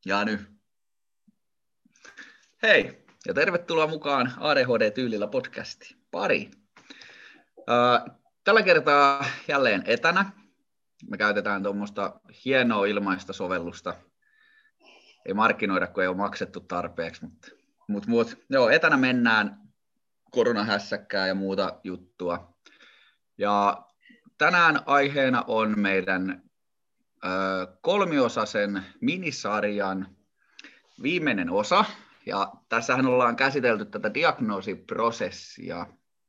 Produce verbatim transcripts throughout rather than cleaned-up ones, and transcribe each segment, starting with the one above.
Jany. Hei, ja tervetuloa mukaan A D H D-tyylillä podcastiin. Pari. Tällä kertaa jälleen etänä. Me käytetään tuommoista hienoa ilmaista sovellusta. Ei markkinoida, kun ei ole maksettu tarpeeksi, mutta, mutta, mutta joo, etänä mennään, koronahässäkkää ja muuta juttua. Ja tänään aiheena on meidän ö, kolmiosaisen minisarjan viimeinen osa. Ja tässähän ollaan käsitelty tätä diagnoosiprosessia.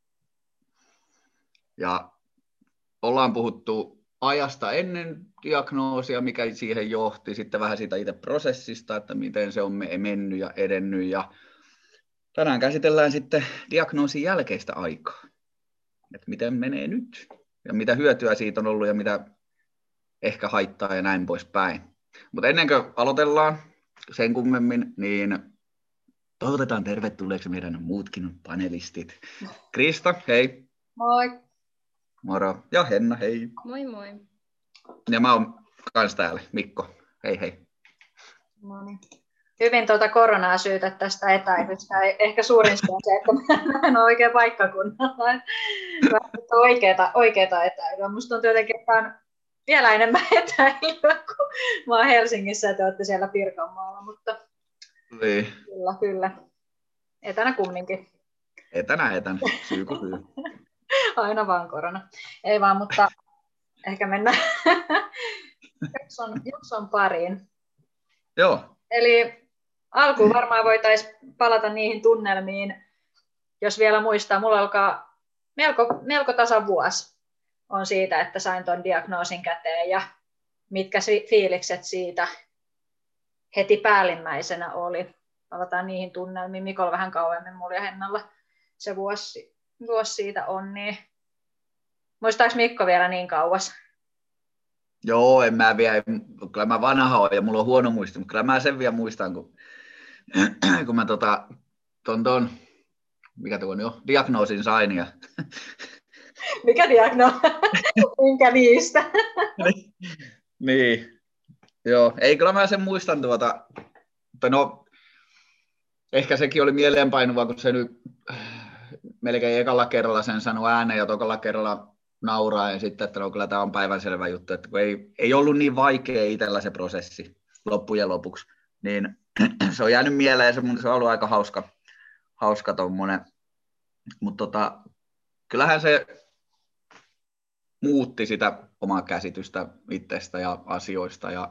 Ja ollaan puhuttu ajasta ennen diagnoosia, mikä siihen johti, sitten vähän siitä itse prosessista, että miten se on mennyt ja edennyt. Ja tänään käsitellään sitten diagnoosin jälkeistä aikaa, että miten menee nyt ja mitä hyötyä siitä on ollut ja mitä ehkä haittaa ja näin poispäin. Mutta ennen kuin aloitellaan sen kummemmin, niin toivotetaan tervetulleeksi meidän muutkin panelistit. Krista, hei. Moi. Moro. Ja Henna, hei. Moi moi. Ja mä oon kans täällä, Mikko. Hei hei. No niin. Hyvin tuota koronaa syytä tästä etäilystä. Ehkä suurin syy on se, että mä en ole oikein paikkakunnalla. Oikeeta, oikeeta etäilyä. Musta on jotenkin, että on vielä enemmän etäilyä, kun mä oon Helsingissä ja te olette siellä Pirkanmaalla. Mutta niin. Kyllä, kyllä. Etänä kumminkin. Etänä, etänä. Syy kuin syy. Aina vaan korona. Ei vaan, mutta ehkä mennään jakson, jakson pariin. Joo. Eli alkuun varmaan voitaisiin palata niihin tunnelmiin, jos vielä muistaa. Mulla alkaa melko, melko tasan vuosi on siitä, että sain tuon diagnoosin käteen ja mitkä fiilikset siitä heti päällimmäisenä oli. Palataan niihin tunnelmiin. Mikolla vähän kauemmin, mulla ja Hennalla se vuosi, vuosi siitä on. Niin. Muistaako Mikko vielä niin kauas? Joo, en mä vielä, kyllä mä vanha olen ja mulla on huono muisti, mutta kyllä mä sen vielä muistan, kun, kun mä tota, ton, ton, mikä tuon jo, diagnoosin sain. Ja... Mikä diagnoosi? Minkä niistä? niin, niin, joo, ei kyllä mä sen muistan tuota, mutta no, ehkä sekin oli mieleenpainuva, kun se nyt melkein ekalla kerralla sen sanoi ääneen ja tokalla kerralla nauraa ja sitten, että no kyllä tämä on päivänselvä juttu, että kun ei, ei ollut niin vaikea itsellä se prosessi loppujen lopuksi, niin se on jäänyt mieleen ja se, se on ollut aika hauska, hauska tommonen, mutta tota, kyllähän se muutti sitä omaa käsitystä itsestä ja asioista ja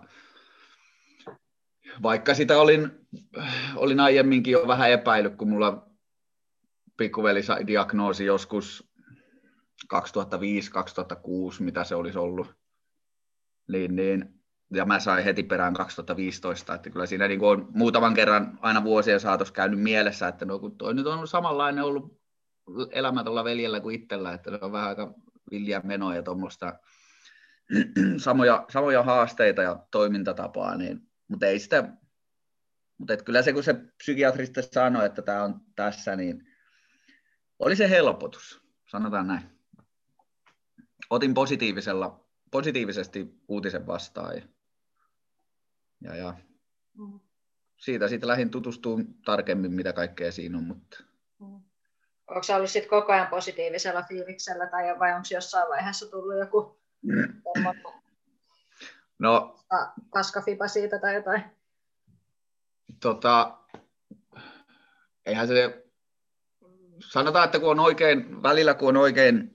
vaikka sitä olin, olin aiemminkin jo vähän epäillyt, kun mulla pikkuveli sai diagnoosi joskus kaksituhattaviisi kaksituhattakuusi, mitä se olisi ollut, niin, niin, ja mä sain heti perään kaksituhattaviisitoista, että kyllä siinä niin kuin on muutaman kerran aina vuosien saatossa käynyt mielessä, että no kun toi nyt on ollut samanlainen ollut elämä tuolla veljellä kuin itsellä, että se on vähän aika villiä menoa ja tuommoista samoja, samoja haasteita ja toimintatapaa, niin, mutta ei sitä, mutta et kyllä se kun se psykiatrista sanoi, että tämä on tässä, niin oli se helpotus, sanotaan näin. Otin positiivisella, positiivisesti uutisen vastaan ja, ja, ja mm. siitä sitten lähdin tutustumaan tarkemmin, mitä kaikkea siinä on. Mutta... Mm. Onko se ollut sit koko ajan positiivisella fiiliksellä tai vai onko jossain vaiheessa tullut joku mm. no, paskafiba siitä tai jotain? Tota, eihän se, sanotaan, että kun on oikein, välillä kun on oikein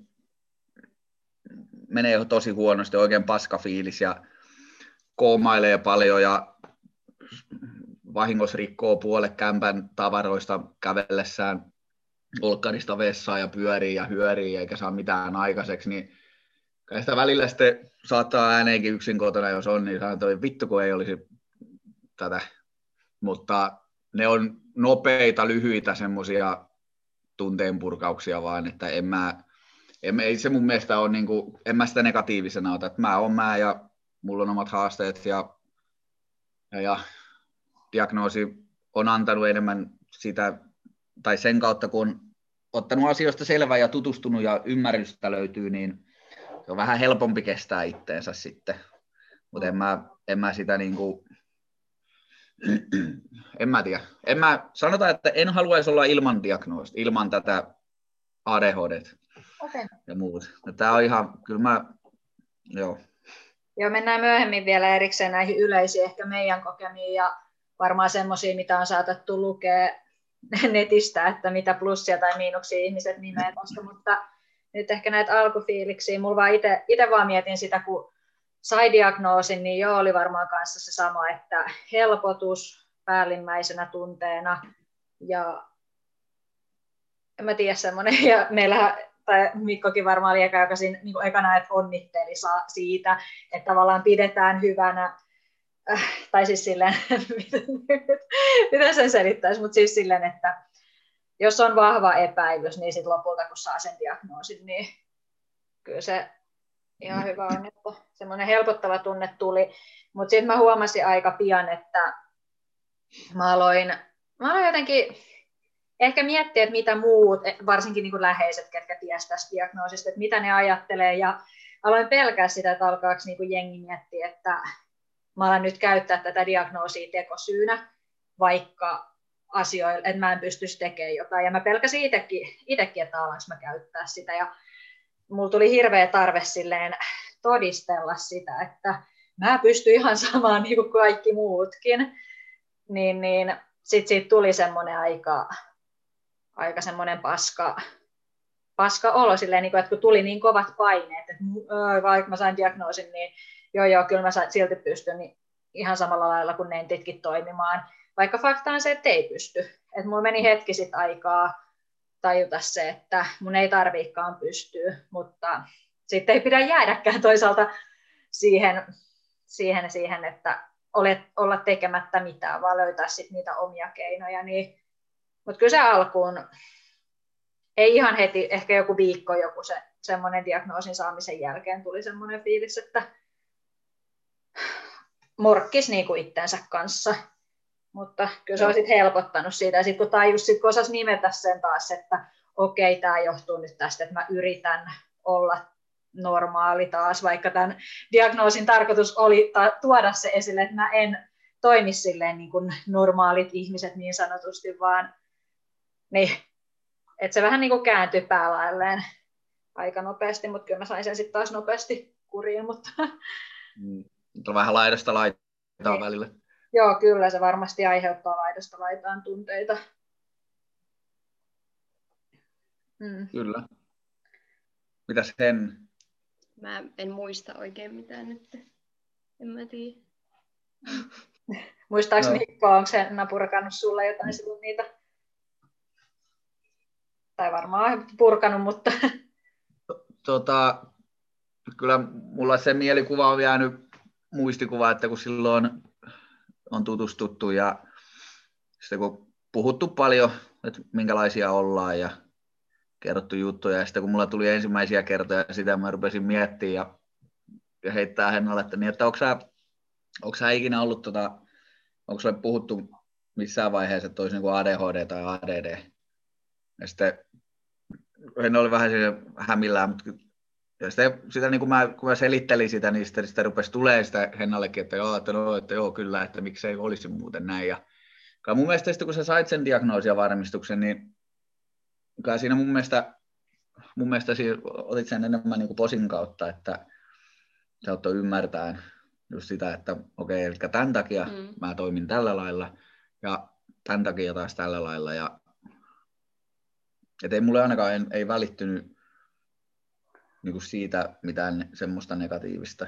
menee tosi huonosti, oikein paska fiilis ja koomailee paljon ja vahingossa rikkoo puolet kämpän tavaroista kävellessään olkkarista vessaan ja pyörii ja hyörii eikä saa mitään aikaiseksi, niin kai sitä välillä sitten saattaa ääneenkin yksin kotona, jos on, niin sanoo, että vittu kun ei olisi tätä, mutta ne on nopeita, lyhyitä semmoisia tunteenpurkauksia vaan, että en mä En, ei se mun mielestä ole, niin kuin, en mä sitä negatiivisena ota, että mä oon mä ja mulla on omat haasteet ja, ja, ja diagnoosi on antanut enemmän sitä, tai sen kautta kun on ottanut asioista selvää ja tutustunut ja ymmärrystä löytyy, niin se on vähän helpompi kestää itteensä sitten, mutta en mä, en mä sitä niin kuin, En mä tiedä. En mä, sanotaan, että en haluaisi olla ilman diagnoosta, ilman tätä A D H D okay. ja muut. Tämä on ihan, kyllä mä, joo. Joo, mennään myöhemmin vielä erikseen näihin yleisiin, ehkä meidän kokemiin ja varmaan semmoisia, mitä on saatettu lukea netistä, että mitä plussia tai miinuksia ihmiset nimeä tuosta, mutta nyt ehkä näitä alkufiiliksiä. Mulla vaan itse vaan mietin sitä, kun sai diagnoosin, niin joo, oli varmaan kanssa se sama, että helpotus päällimmäisenä tunteena ja en mä tiedä semmoinen, ja meillähän, tai Mikkokin varmaan oli eka, joka siinä niin ekana, että onnitteli siitä, että tavallaan pidetään hyvänä, äh, tai siis silleen, miten sen selittäisi, mutta siis silleen, että jos on vahva epäilys, niin sitten lopulta kun saa sen diagnoosin, niin kyllä se ihan hyvä on, että semmoinen helpottava tunne tuli. Mutta sitten mä huomasin aika pian, että mä aloin, mä aloin jotenkin ehkä miettiä, että mitä muut, varsinkin niin kuin läheiset, ketkä tiesivät tästä diagnoosista, että mitä ne ajattelee. Ja aloin pelkää sitä, että alkaako niin kuin jengi miettiä, että mä alan nyt käyttää tätä diagnoosia tekosyynä, vaikka asioilla, että mä en pystyisi tekemään jotain. Ja mä pelkäsin itsekin, itsekin että alanko mä käyttää sitä. Ja mulla tuli hirveä tarve silleen todistella sitä, että mä pystyn ihan samaan niin kuin kaikki muutkin. Niin, niin sitten siitä tuli semmoinen aika, aika semmoinen paska, paska olo silleen, niin kuin, että kun tuli niin kovat paineet, että vaikka mä sain diagnoosin, niin joo joo, kyllä mä silti pystyn niin ihan samalla lailla kuin nentitkin toimimaan. Vaikka fakta on se, että ei pysty. Että mulla meni hetki sitten aikaa tajuta se, että mun ei tarviikaan pystyä, mutta sitten ei pidä jäädäkään toisaalta siihen, siihen, siihen että olet, olla tekemättä mitään, vaan löytää sit niitä omia keinoja. Niin, mutta kyllä se alkuun, ei ihan heti, ehkä joku viikko joku se, semmoinen diagnoosin saamisen jälkeen tuli semmoinen fiilis, että morkkis niinku itsensä kanssa. Mutta kyllä se on sit helpottanut siitä. Ja sitten kun tajus, sit kun osasi nimetä sen taas, että okei, tämä johtuu nyt tästä, että mä yritän olla normaali taas, vaikka tämän diagnoosin tarkoitus oli ta- tuoda se esille, että mä en toimi silleen niin kuin normaalit ihmiset niin sanotusti, vaan niin, että se vähän niin kuin kääntyi päälailleen aika nopeasti, mutta kyllä mä sain sen sitten taas nopeasti kuriin. Mutta mm. On vähän laidasta laitaa niin. Välillä. Joo, kyllä se varmasti aiheuttaa laidasta laitaan tunteita. Mm. Kyllä. Mitäs Hen? Mä en muista oikein mitään nyt. En mä tiedä. Muistaaks no. Mikko, onko se purkanut sulle jotain silloin niitä? Tai varmaan purkanut, mutta tota, kyllä mulla se mielikuva on jäänyt muistikuva, että kun silloin on tutustuttu ja sitten kun puhuttu paljon, että minkälaisia ollaan ja kerrottu juttuja, ja sitten kun mulla tuli ensimmäisiä kertoja, sitä mä rupesin miettimään ja, ja heittää Hennalle, että, niin, että onko sä, onko sä ikinä ollut, tota, onko sulle puhuttu missään vaiheessa, että olisi niin kuin A D H D tai A D D. Ja sitten Henna oli vähän hämillään, mutta ja sitten sitä, niin kun, mä, kun mä selittelin sitä, niin sitten, sitten rupesi tulemaan sitä Hennallekin, että joo, että, no, että joo, kyllä, että miksei olisi muuten näin. Ja mun mielestä sitten, kun sä sait sen diagnoosin ja varmistuksen, niin kyllä siinä mun mielestä, mun mielestä otit sen enemmän niin kuin posin kautta, että sä auttoi ymmärtämään just sitä, että okei, eli tämän takia mm. mä toimin tällä lailla ja tämän takia taas tällä lailla. Ja et ei mulle ainakaan ei, ei välittynyt niin kuin siitä mitään semmoista negatiivista.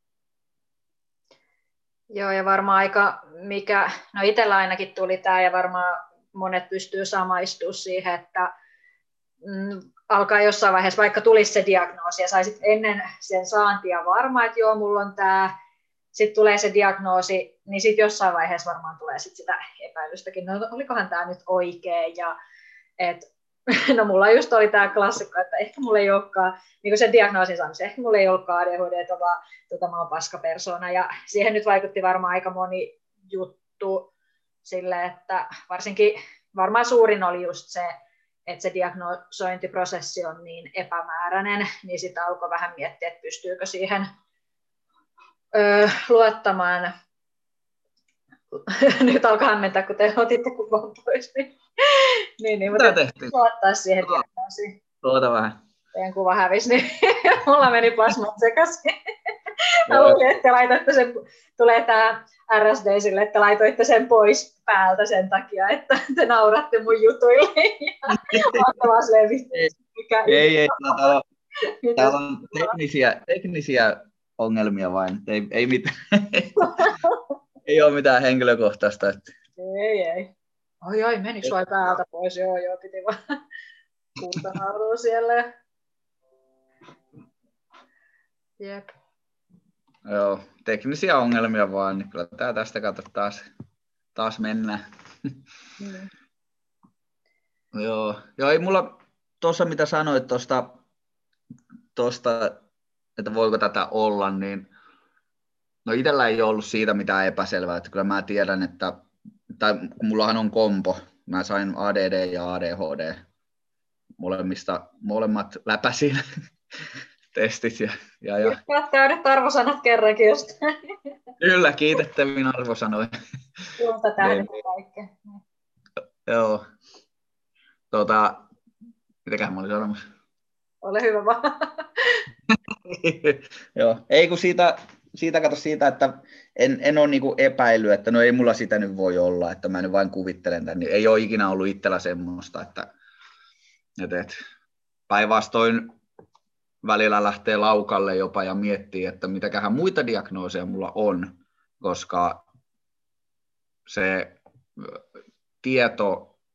Joo, ja varmaan aika, mikä, no itsellä ainakin tuli tämä, ja varmaan monet pystyy samaistumaan siihen, että mm, alkaa jossain vaiheessa, vaikka tulisi se diagnoosi, ja saisit ennen sen saantia varmaa, että joo, mulla on tämä, sitten tulee se diagnoosi, niin sitten jossain vaiheessa varmaan tulee sit sitä epäilystäkin, no olikohan tämä nyt oikein, ja että no mulla just oli tämä klassikko, että ehkä mulla ei olekaan, niin kuin sen diagnoosin saamisen, ehkä mulla ei olekaan A D H D, vaan tota, mä oon paskapersona. Ja siihen nyt vaikutti varmaan aika moni juttu sille, että varsinkin varmaan suurin oli just se, että se diagnosointiprosessi on niin epämääräinen, niin sitä alkoi vähän miettiä, että pystyykö siihen ö, luottamaan. nyt alkaa hämmentää, kun te otitte kuvan pois. Niin, niin, niin Mitä mutta tehtiin? luottaa siihen diagnoosiin. Tuota vähän. Teidän kuva hävisi, niin mulla meni plasmat sekaisin. Mä luulin, että laitoitte sen, tulee tää R S D sille, että laitoitte sen pois päältä sen takia, että te nauratte mun jutuille. Ja mahtavaa levittää. Ei, ei, täällä on, täällä on teknisiä, teknisiä ongelmia vain. Ei, ei, mitään, ei ole mitään henkilökohtaista. Että... Ei, ei. Oi, oi, menikö vai päältä pois? Joo, joo, piti vaan kultanarua siellä. Jep. Joo, teknisiä ongelmia vaan, niin kyllä tää tästä kato taas, taas mennään. Mm. Joo, joo, ei mulla tuossa mitä sanoit tuosta, tosta, että voiko tätä olla, niin no itsellä ei ole ollut siitä mitään epäselvää, että kyllä mä tiedän, että tai mullahan on kompo, mä sain A D D ja A D H D molemmista, molemmat läpäsin testit ja, ja, ja. Täydet arvosanat kerrankin jostain. Kyllä, kiitettävin arvosanoin. Kulta tähdet kaikkea. Joo. Tota, mitäköhän mä olin sanomassa? Ole hyvä vaan. Joo, ei kun siitä, siitä kato siitä, että en, en ole niinku epäillyt, että no ei mulla sitä nyt voi olla, että mä nyt vain kuvittelen tämän, niin ei ole ikinä ollut itsellä semmoista, että, että, että päinvastoin välillä lähtee laukalle jopa ja miettii, että mitäköhän muita diagnooseja mulla on, koska se tieto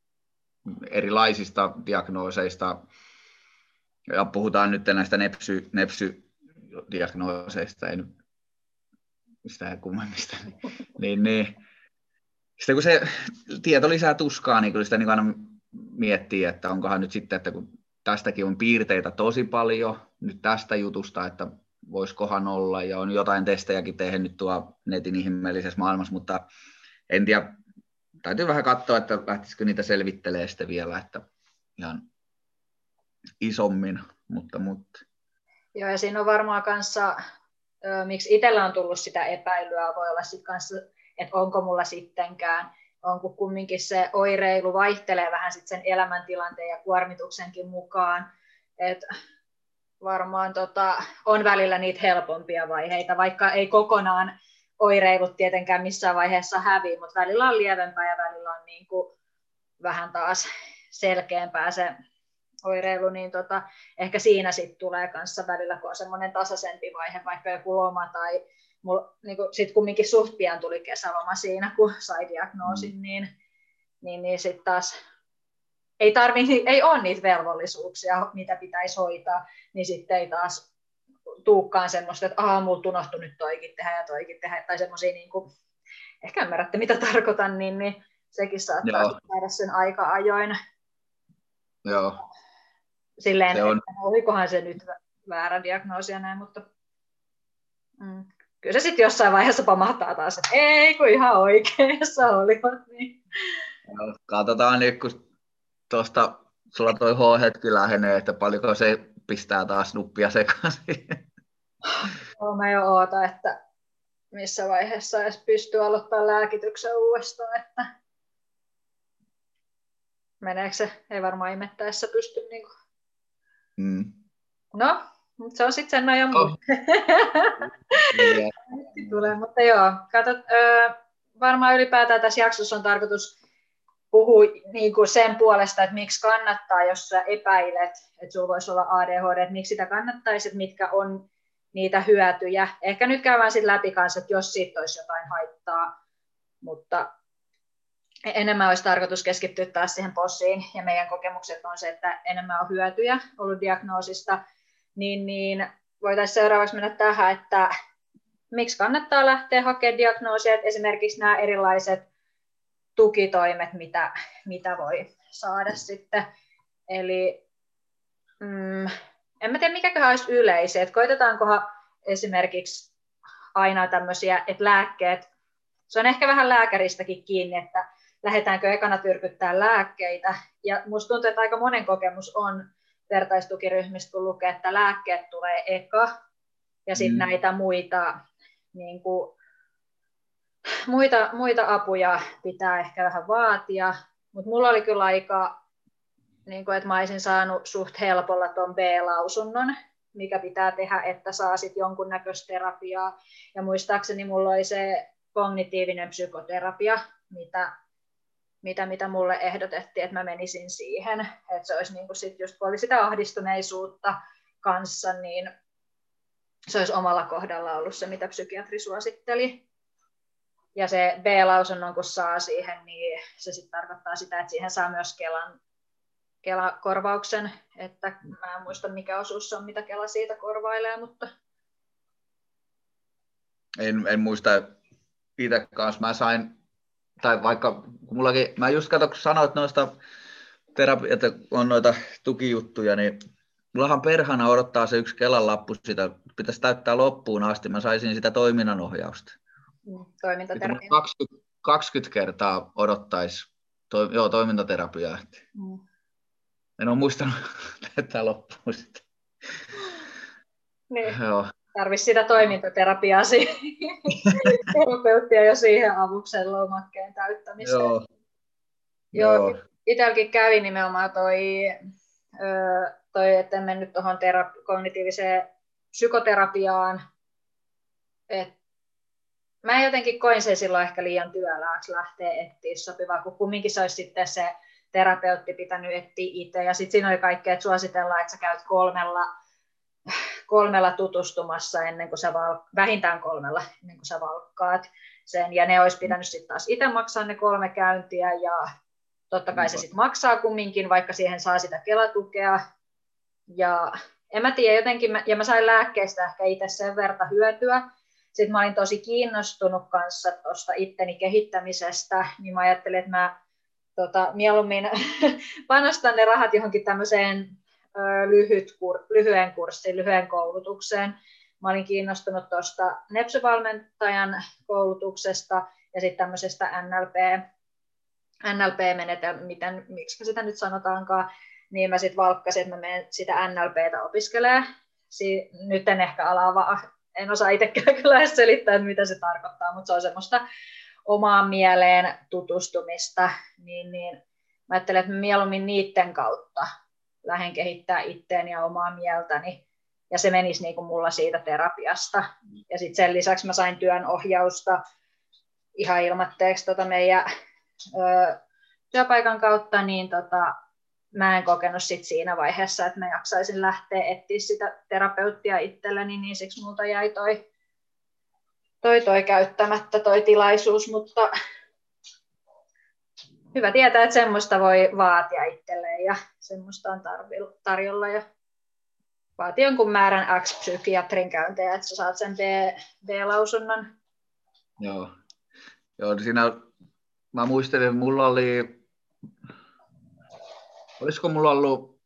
erilaisista diagnooseista, ja puhutaan nyt näistä nepsy, nepsy-diagnooseista, ei nyt mistään kummemmista, niin, niin. Sitten kun se tieto lisää tuskaa, niin kyllä sitä niin aina miettii, että onkohan nyt sitten, että kun tästäkin on piirteitä tosi paljon nyt tästä jutusta, että voisikohan olla, ja on jotain testejäkin tehnyt tuo netin ihmeellisessä maailmassa, mutta en tiedä, täytyy vähän katsoa, että lähtisikö niitä selvittelee sitten vielä, että ihan isommin, mutta, mutta. Joo, ja siinä on varmaan kanssa, miksi itsellä on tullut sitä epäilyä, voi olla sitten kanssa, että onko mulla sittenkään, onko kumminkin se oireilu vaihtelee vähän sit sen elämäntilanteen ja kuormituksenkin mukaan, että varmaan tota, on välillä niitä helpompia vaiheita, vaikka ei kokonaan oireilut tietenkään missään vaiheessa häviä, mutta välillä on lievempää ja välillä on niin kuin vähän taas selkeämpää se oireilu, niin tota, ehkä siinä sitten tulee kanssa välillä, kun on semmoinen tasaisempi vaihe, vaikka joku loma tai niin sitten kumminkin suht pian tuli kesäloma siinä, kun sai diagnoosin, mm. niin, niin, niin sitten taas ei, tarvi, ei ole niitä velvollisuuksia, mitä pitäisi hoitaa, niin sitten ei taas tuukkaan semmoista, että aah, multa unohtui nyt toikin tehdä ja toikin tehdä, tai semmoisia, niin kuin, ehkä ymmärrätte mitä tarkoitan, niin, niin sekin saattaa saada sen aika ajoin. Joo. Silleen, se on... että olikohan se nyt väärä diagnoosi ja näin, mutta mm. kyllä se sitten jossain vaiheessa pamahtaa taas, että ei kun ihan oikeassa olivat. Niin. Joo, katsotaan nyt, kun tuosta sulla toi H-hetki lähenee, että paljonko se pistää taas nuppia sekaisin. No, mä jo ootan, että missä vaiheessa edes pystyy aloittamaan lääkityksen uudestaan, että meneekö se, ei varmaan imettäessä pysty niin kuin. Mm. No, mutta se on sitten sen ajan oh. tulee, mutta joo, katsot, öö, varmaan ylipäätään tässä jaksossa on tarkoitus puhua niin kuin sen puolesta, että miksi kannattaa, jos sä epäilet, että sulla voisi olla A D H D, että miksi sitä kannattaisi, että mitkä on niitä hyötyjä. Ehkä nyt käydään sitten läpi kanssa, että jos siitä olisi jotain haittaa, mutta enemmän olisi tarkoitus keskittyä taas siihen possiin, ja meidän kokemukset on se, että enemmän on hyötyjä ollut diagnoosista, niin, niin voitaisiin seuraavaksi mennä tähän, että miksi kannattaa lähteä hakemaan diagnoosia, että esimerkiksi nämä erilaiset tukitoimet, mitä, mitä voi saada sitten. Eli mm, en mä tiedä, mikäköhän olisi yleisiä, että koitetaankohan esimerkiksi aina tämmöisiä, että lääkkeet, se on ehkä vähän lääkäristäkin kiinni, että lähdetäänkö ekana tyrkyttää lääkkeitä, ja musta tuntuu, että aika monen kokemus on vertaistukiryhmistä, kun lukee, että lääkkeet tulee eka, ja sitten mm. näitä muita niin kuin muita, muita apuja pitää ehkä vähän vaatia, mutta mulla oli kyllä aika, niin kuin, että mä olisin saanut suht helpolla tuon B-lausunnon, mikä pitää tehdä, että saa sitten jonkunnäköistä terapiaa. Ja muistaakseni mulla oli se kognitiivinen psykoterapia, mitä, mitä, mitä mulle ehdotettiin, että mä menisin siihen. Että se olisi niin kuin sit just, kun oli sitä ahdistuneisuutta kanssa, niin se olisi omalla kohdalla ollut se, mitä psykiatri suositteli. Ja se B-lausunnon, kun saa siihen, niin se sitten tarkoittaa sitä, että siihen saa myös Kelan, Kela-korvauksen. Että mä en muista, mikä osuus se on, mitä Kela siitä korvailee, mutta... En, en muista itse kanssa. Mä sain, tai vaikka kun mullakin, mä just katsoin, kun sanoit noista terapi- että on noita tukijuttuja, niin mullahan perhana odottaa se yksi Kelan lappu, sitä pitäisi täyttää loppuun asti, mä saisin sitä toiminnanohjausta. Toimintaterapia. kaksikymmentä, kaksikymmentä kertaa odottaisi to, joo, toimintaterapiaa. Mm. En ole muistanut täyttää loppuun sitä. Niin. Joo. Tarvitsisi sitä toimintaterapiaa terapeuttia jo siihen avuksen lomakkeen täyttämiseen. Joo. Joo, Joo. itselläkin kävi nimenomaan toi, toi että en mennyt tuohon terapi- kognitiiviseen psykoterapiaan. Et mä jotenkin koin sen silloin ehkä liian työlääksi lähteä etsiä sopivaa, kun kumminkin se olisi sitten se terapeutti pitänyt etsiä itse. Ja sitten siinä oli kaikkea, että suositellaan, että sä käyt kolmella, kolmella tutustumassa ennen kuin sä val- vähintään kolmella ennen kuin sä valkkaat sen. Ja ne olisi pitänyt sitten taas itse maksaa ne kolme käyntiä ja totta kai se sitten maksaa kumminkin, vaikka siihen saa sitä Kela-tukea. Ja en mä tiedä, jotenkin, mä, ja mä sain lääkkeistä ehkä itse sen verta hyötyä. Sitten mä olin tosi kiinnostunut kanssa tuosta itteni kehittämisestä, niin mä ajattelin, että mä tota, mieluummin panostan ne rahat johonkin tämmöiseen ö, lyhyt kur, lyhyen kurssiin, lyhyen koulutukseen. Mä olin kiinnostunut tuosta nepsyvalmentajan koulutuksesta ja sitten tämmöisestä N L P N L P-menetelmä, miten, miksi sitä nyt sanotaankaan, niin mä sitten valkkasin, että mä menen sitä N L P:tä opiskelemaan. Si- nyt en ehkä alaa, en osaa itsekään kyllä selittää, että mitä se tarkoittaa, mutta se on semmoista omaan mieleen tutustumista, niin, niin mä ajattelen, että mä mieluummin niiden kautta lähden kehittää itteeni ja omaa mieltäni, ja se menisi niin kuin mulla siitä terapiasta. Ja sitten sen lisäksi mä sain työnohjausta ihan ilmatteeksi tota meidän ö, työpaikan kautta, niin tota, mä en kokenut sit siinä vaiheessa, että mä jaksaisin lähteä etsiä sitä terapeuttia itselleni, niin siksi multa jäi toi, toi, toi käyttämättä toi tilaisuus, mutta hyvä tietää, että semmoista voi vaatia itselleen ja semmoista on tarjolla ja vaatii jonkun määrän X-psykiatrin käyntejä, että sä saat sen B, B-lausunnon. Joo. Joo, siinä mä muistelin, että mulla oli, olisiko mulla ollut,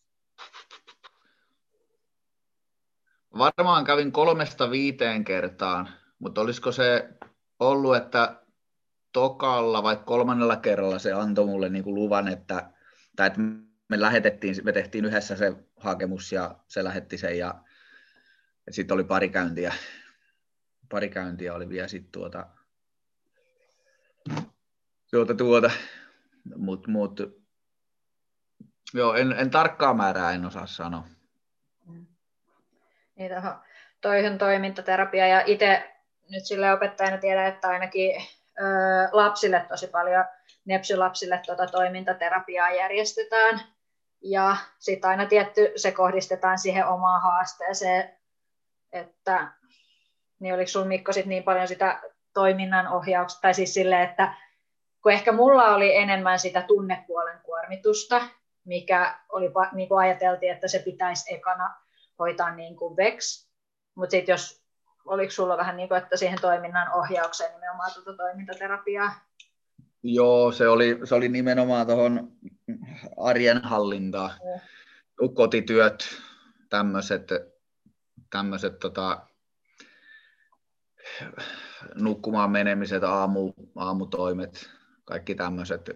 varmaan kävin kolmesta viiteen kertaan, mutta olisiko se ollut, että tokalla vai kolmannella kerralla se antoi mulle niin kuin luvan, että, tai että me lähetettiin, me tehtiin yhdessä se hakemus ja se lähetti sen ja, ja sitten oli pari käyntiä, pari käyntiä oli vielä sitten tuota, tuota, tuota. Mut, mut, joo, en, en tarkkaa määrää en osaa sanoa. Niin tohon, toihin toimintaterapia ja itse nyt sille opettajana tiedän, että ainakin ö, lapsille tosi paljon, nepsylapsille tuota toimintaterapiaa järjestetään ja sitten aina tietty se kohdistetaan siihen omaan haasteeseen, että niin oliko sulla Mikko sit niin paljon sitä toiminnan ohjausta, tai siis silleen, että kun ehkä mulla oli enemmän sitä tunnepuolen kuormitusta, mikä oli, niin kuin ajateltiin, että se pitäisi ekana hoitaa niin kuin veksi, mutta sitten jos, oliko sulla vähän niin kuin, että siihen toiminnan ohjaukseen nimenomaan tuota toimintaterapiaa? Joo, se oli, se oli nimenomaan tuohon arjen hallintaan, mm. kotityöt, tämmöiset, tämmöiset tota, nukkumaan menemiset, aamu, aamutoimet, kaikki tämmöiset,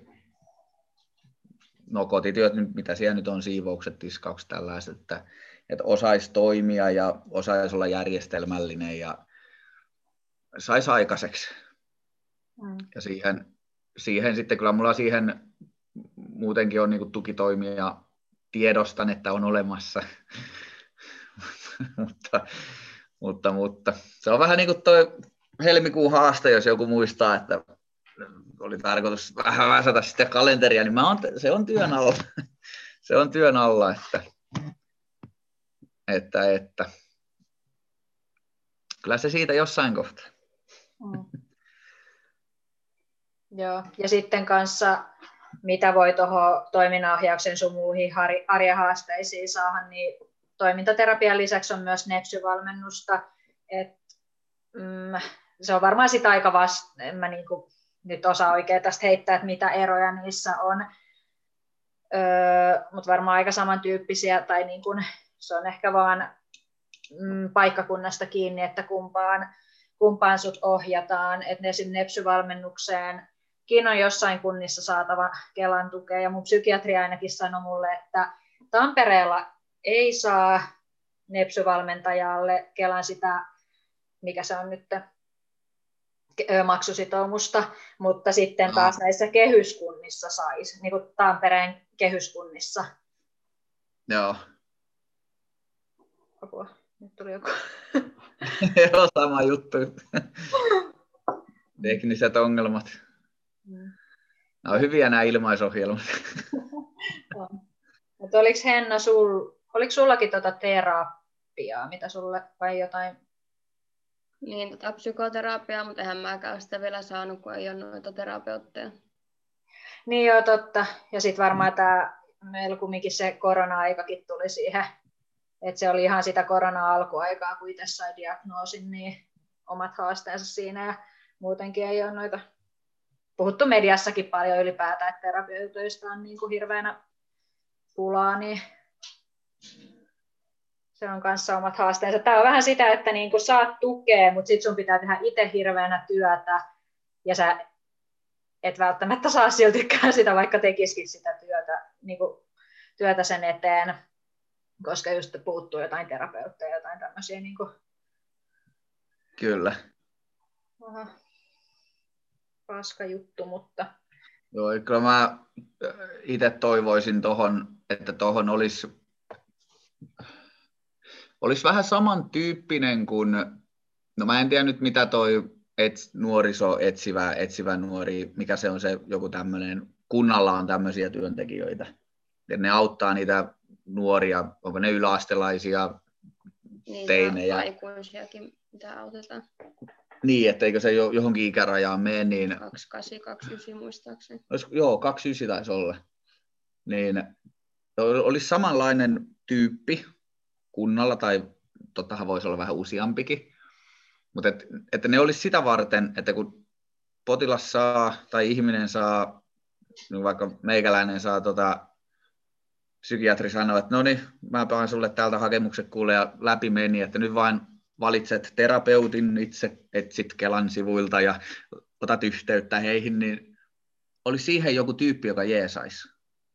no kotityöt, mitä siellä nyt on, siivoukset, tiskaukset, tällaiset, että, että osaisi toimia ja osaisi olla järjestelmällinen ja saisi aikaiseksi. Mm. Ja siihen, siihen sitten kyllä mulla siihen muutenkin on niin kuin tukitoimia ja tiedostan, että on olemassa. mutta, mutta, mutta se on vähän niin kuin toi helmikuun haaste, jos joku muistaa, että oli tarkoitus vähän väsätä sitä kalenteria, niin mä oon, se on työn alla. Se on työn alla, että, että, että kyllä se siitä jossain kohtaa. Mm. Joo, ja sitten kanssa, mitä voi tuohon toiminnanohjauksen sun muihin arjen haasteisiin saada, niin toimintaterapian lisäksi on myös nepsy-valmennusta. Et, mm, se on varmaan sitä aika vasta, en mä niinku nyt osaa oikein tästä heittää, että mitä eroja niissä on, öö, mutta varmaan aika samantyyppisiä, tai niin kun, se on ehkä vaan mm, paikkakunnasta kiinni, että kumpaan, kumpaan sut ohjataan. Et esim. Nepsy-valmennukseen Kiin on jossain kunnissa saatava Kelan tukea, ja mun psykiatri ainakin sanoi mulle, että Tampereella ei saa nepsyvalmentajalle Kelan sitä, mikä se on nyt, maksusitoumusta, mutta sitten taas näissä kehyskunnissa saisi, niin kuin Tampereen kehyskunnissa. Joo. Apua, nyt tuli joku. Joo, sama juttu. Tekniset ongelmat. Mm. Nämä on hyviä nämä ilmaisohjelmat. Mutta oliko Henna, sul, oliko sullakin tuota terapiaa, mitä sulle, vai jotain? Niin, tota psykoterapiaa, mutta eihän mäkään sitä vielä saanut, kun ei ole noita terapeutteja. Niin joo, totta. Ja sitten varmaan tämä, meillä kumminkin se korona-aikakin tuli siihen, että se oli ihan sitä korona-alkuaikaa, kun itse sai diagnoosin, niin omat haasteensa siinä, ja muutenkin ei ole noita puhuttu mediassakin paljon ylipäätään, että terapeuteista on niin kuin hirveänä pulaa, niin se on kanssa omat haasteensa. Tämä on vähän sitä, että niin kuin saat tukea, mutta sitten sun pitää tehdä itse hirveänä työtä, ja sä et välttämättä saa siltikään sitä, vaikka tekisikin sitä työtä, niin kuin työtä sen eteen, koska just puuttuu jotain terapeutteja, jotain tämmöisiä. Niin kuin... Kyllä. Aha. Paska juttu, mutta... Joo, kyllä mä itse toivoisin tohon, että tuohon olisi, olisi vähän samantyyppinen kuin, no mä en tiedä nyt mitä toi ets, nuoriso, etsivä, etsivä nuori, mikä se on se joku tämmöinen, kunnalla on tämmöisiä työntekijöitä, ja ne auttaa niitä nuoria, onko ne yläastelaisia, niin, teinejä. Aikuisiakin, mitä autetaan. Niin, etteikö se johonkin ikärajaan mene, niin... kaksikymmentäkahdeksan kaksikymmentäyhdeksän muistaakseni. Olis, joo, kaksikymmentäyhdeksän taisi olla. Niin olisi samanlainen tyyppi kunnalla, tai tottahan voisi olla vähän useampikin, mutta et, että ne olisi sitä varten, että kun potilas saa, tai ihminen saa, niin vaikka meikäläinen saa, tota, psykiatri sanoo, että no niin, mä panen sulle täältä hakemukset kuule, ja läpi meni, että nyt vain valitset terapeutin itse, etsit Kelan sivuilta ja otat yhteyttä heihin, niin oli siihen joku tyyppi, joka jeesaisi.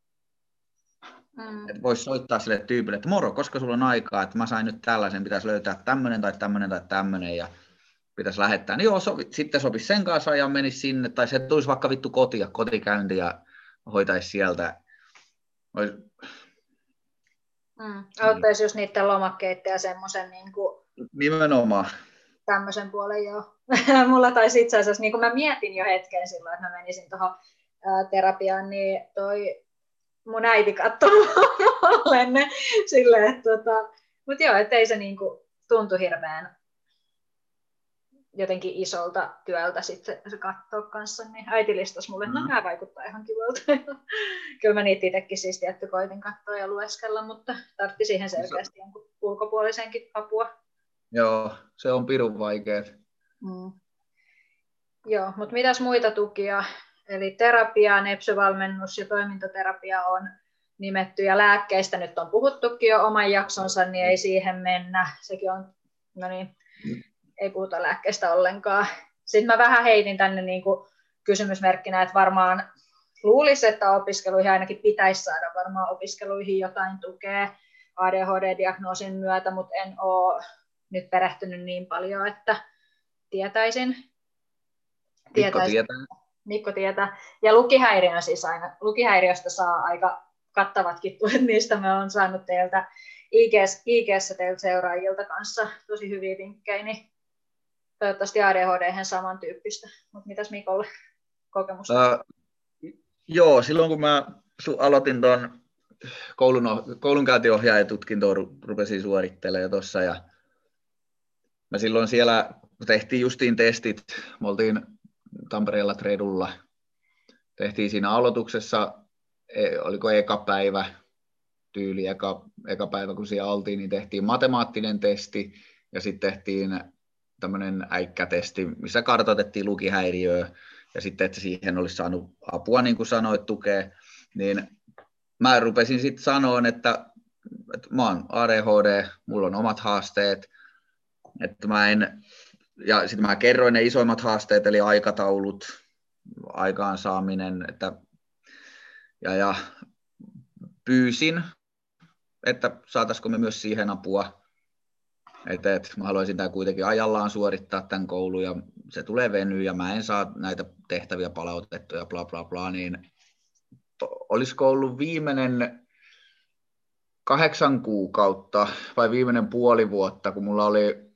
Mm. Että voisi soittaa sille tyypille, että moro, koska sulla on aikaa, että mä sain nyt tällaisen, pitäisi löytää tämmöinen tai tämmöinen tai tämmöinen ja pitäisi lähettää. Niin joo, sovi, sitten sopisi sen kanssa ja menisi sinne, tai se tulisi vaikka vittu kotia, kotikäynti ja hoitaisi sieltä. Ois... Mm. Auttaisi just niiden lomakkeiden ja semmoisen niin kuin... Nimenomaan. Tämmöisen puolen joo. Mulla taisi itse asiassa, niin kun mä mietin jo hetken silloin, että mä menisin tuohon terapiaan, niin toi mun äiti katsoi mulle ne silleen, että tota, mut joo, ettei se niinku tuntu hirveän jotenkin isolta työltä sitten se katsoo kanssa, niin äiti listasi mulle, että mm. no nämä vaikuttaa ihan kivalta. Kyllä mä niitä itsekin siis tietty koitin katsoa ja lueskella, mutta tarvitsi siihen selkeästi jonkun ulkopuolisenkin apua. Joo, se on pirun vaikeet. Mm. Joo, mutta mitäs muita tukia? Eli terapia, nepsyvalmennus ja toimintaterapia on nimetty ja lääkkeistä nyt on puhuttukin jo oman jaksonsa, niin ei siihen mennä. Sekin on, no niin, ei puhuta lääkkeistä ollenkaan. Sitten mä vähän heitin tänne niin kuin kysymysmerkkinä, että varmaan luulisi, että opiskeluihin ainakin pitäisi saada varmaan opiskeluihin jotain tukea A D H D-diagnoosin myötä, mutta en ole nyt perehtynyt niin paljon, että tietäisin, Mikko tietää. Mikko tietää. Ja lukihäiriö siis aina. Lukihäiriöstä saa aika kattavatkin tuet, mistä me on saanut teiltä I G:ssä teiltä seuraajilta kanssa tosi hyviä vinkkejä, niin toivottavasti A D H D-hän samantyyppistä. Mutta mitäs Mikolle kokemusta? Uh, joo, silloin kun mä aloitin tuon koulun, koulunkäyntiohjaajatutkintoa, rupesin suorittelemaan jo tuossa, ja mä silloin siellä tehtiin justiin testit, me oltiin Tampereella Tredulla, tehtiin siinä aloituksessa, oliko eka päivä, tyyli eka, eka päivä kun siellä oltiin, niin tehtiin matemaattinen testi, ja sitten tehtiin tämmöinen äikkätesti, missä kartoitettiin lukihäiriöä, ja sitten, että siihen olisi saanut apua, niin kuin sanoit, tukea, niin mä rupesin sitten sanoa, että, että mä oon A D H D, mulla on omat haasteet, että mä en, ja sitten mä kerroin ne isoimmat haasteet, eli aikataulut, aikaansaaminen, että, ja, ja pyysin, että saataisiko me myös siihen apua, että, että mä haluaisin tämän kuitenkin ajallaan suorittaa tämän koulun, ja se tulee venyä, ja mä en saa näitä tehtäviä palautettuja, bla bla bla, niin olisiko ollut viimeinen kahdeksan kuukautta vai viimeinen puoli vuotta, kun mulla oli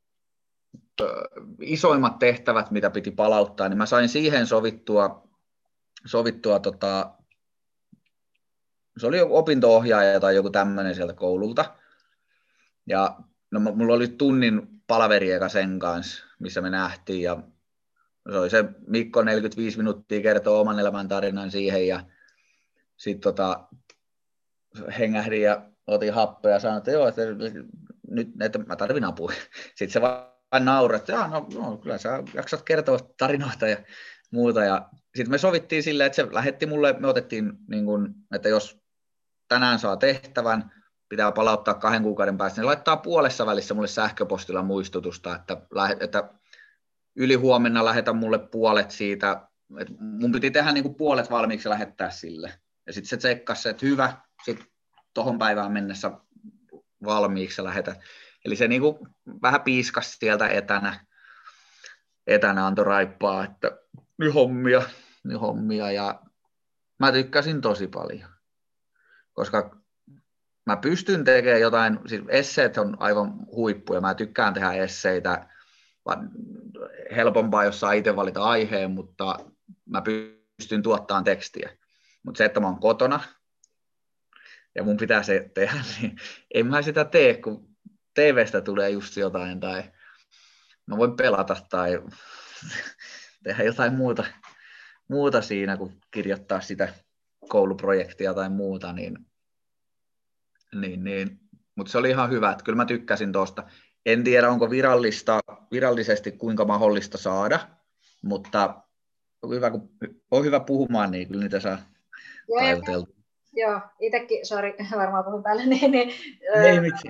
isoimmat tehtävät, mitä piti palauttaa, niin mä sain siihen sovittua, sovittua tota, se oli joku opinto-ohjaaja tai joku tämmöinen sieltä koululta, ja no, mulla oli tunnin palaveri eka sen kanssa, missä me nähtiin, ja se oli se Mikko neljäkymmentäviisi minuuttia kertoo oman elämän tarinan siihen, ja sitten tota, hengähdin ja otin happea ja sanoin, että joo, että nyt että mä tarvin apua. Sitten se vaan nauroi, että no, no, kyllä sä jaksat kertoa tarinoita ja muuta. Ja sitten me sovittiin silleen, että se lähetti mulle, me otettiin, niin kun, että jos tänään saa tehtävän, pitää palauttaa kahden kuukauden päästä, niin laittaa puolessa välissä mulle sähköpostilla muistutusta, että, että yli huomenna lähetä mulle puolet siitä, että mun piti tehdä niin kuin puolet valmiiksi ja lähettää sille. Ja sitten se tsekkasi, että hyvä, sitten tohon päivään mennessä valmiiksi ja lähetä. Eli se niin kuin vähän piiskasi sieltä etänä, etänä antoi raippaa, että nyt hommia, nyt hommia. Ja mä tykkäsin tosi paljon, koska mä pystyn tekemään jotain, siis esseet on aivan huippuja, mä tykkään tehdä esseitä, helpompaa, jos saa itse valita aiheen, mutta mä pystyn tuottamaan tekstiä. Mutta se, että mä oon kotona ja mun pitää se tehdä, niin en mä sitä tee, kun T V:stä tulee just jotain, tai mä voin pelata tai tehdä jotain muuta, muuta siinä, kun kirjoittaa sitä kouluprojektia tai muuta, niin, niin, niin. Mutta se oli ihan hyvä, että kyllä mä tykkäsin tuosta. En tiedä, onko virallista, virallisesti kuinka mahdollista saada, mutta on hyvä, kun on hyvä puhumaan, niin kyllä niitä saa taivuteltua. Joo, itsekin, sori, varmaan puhun päälle, niin, niin ei mitsi.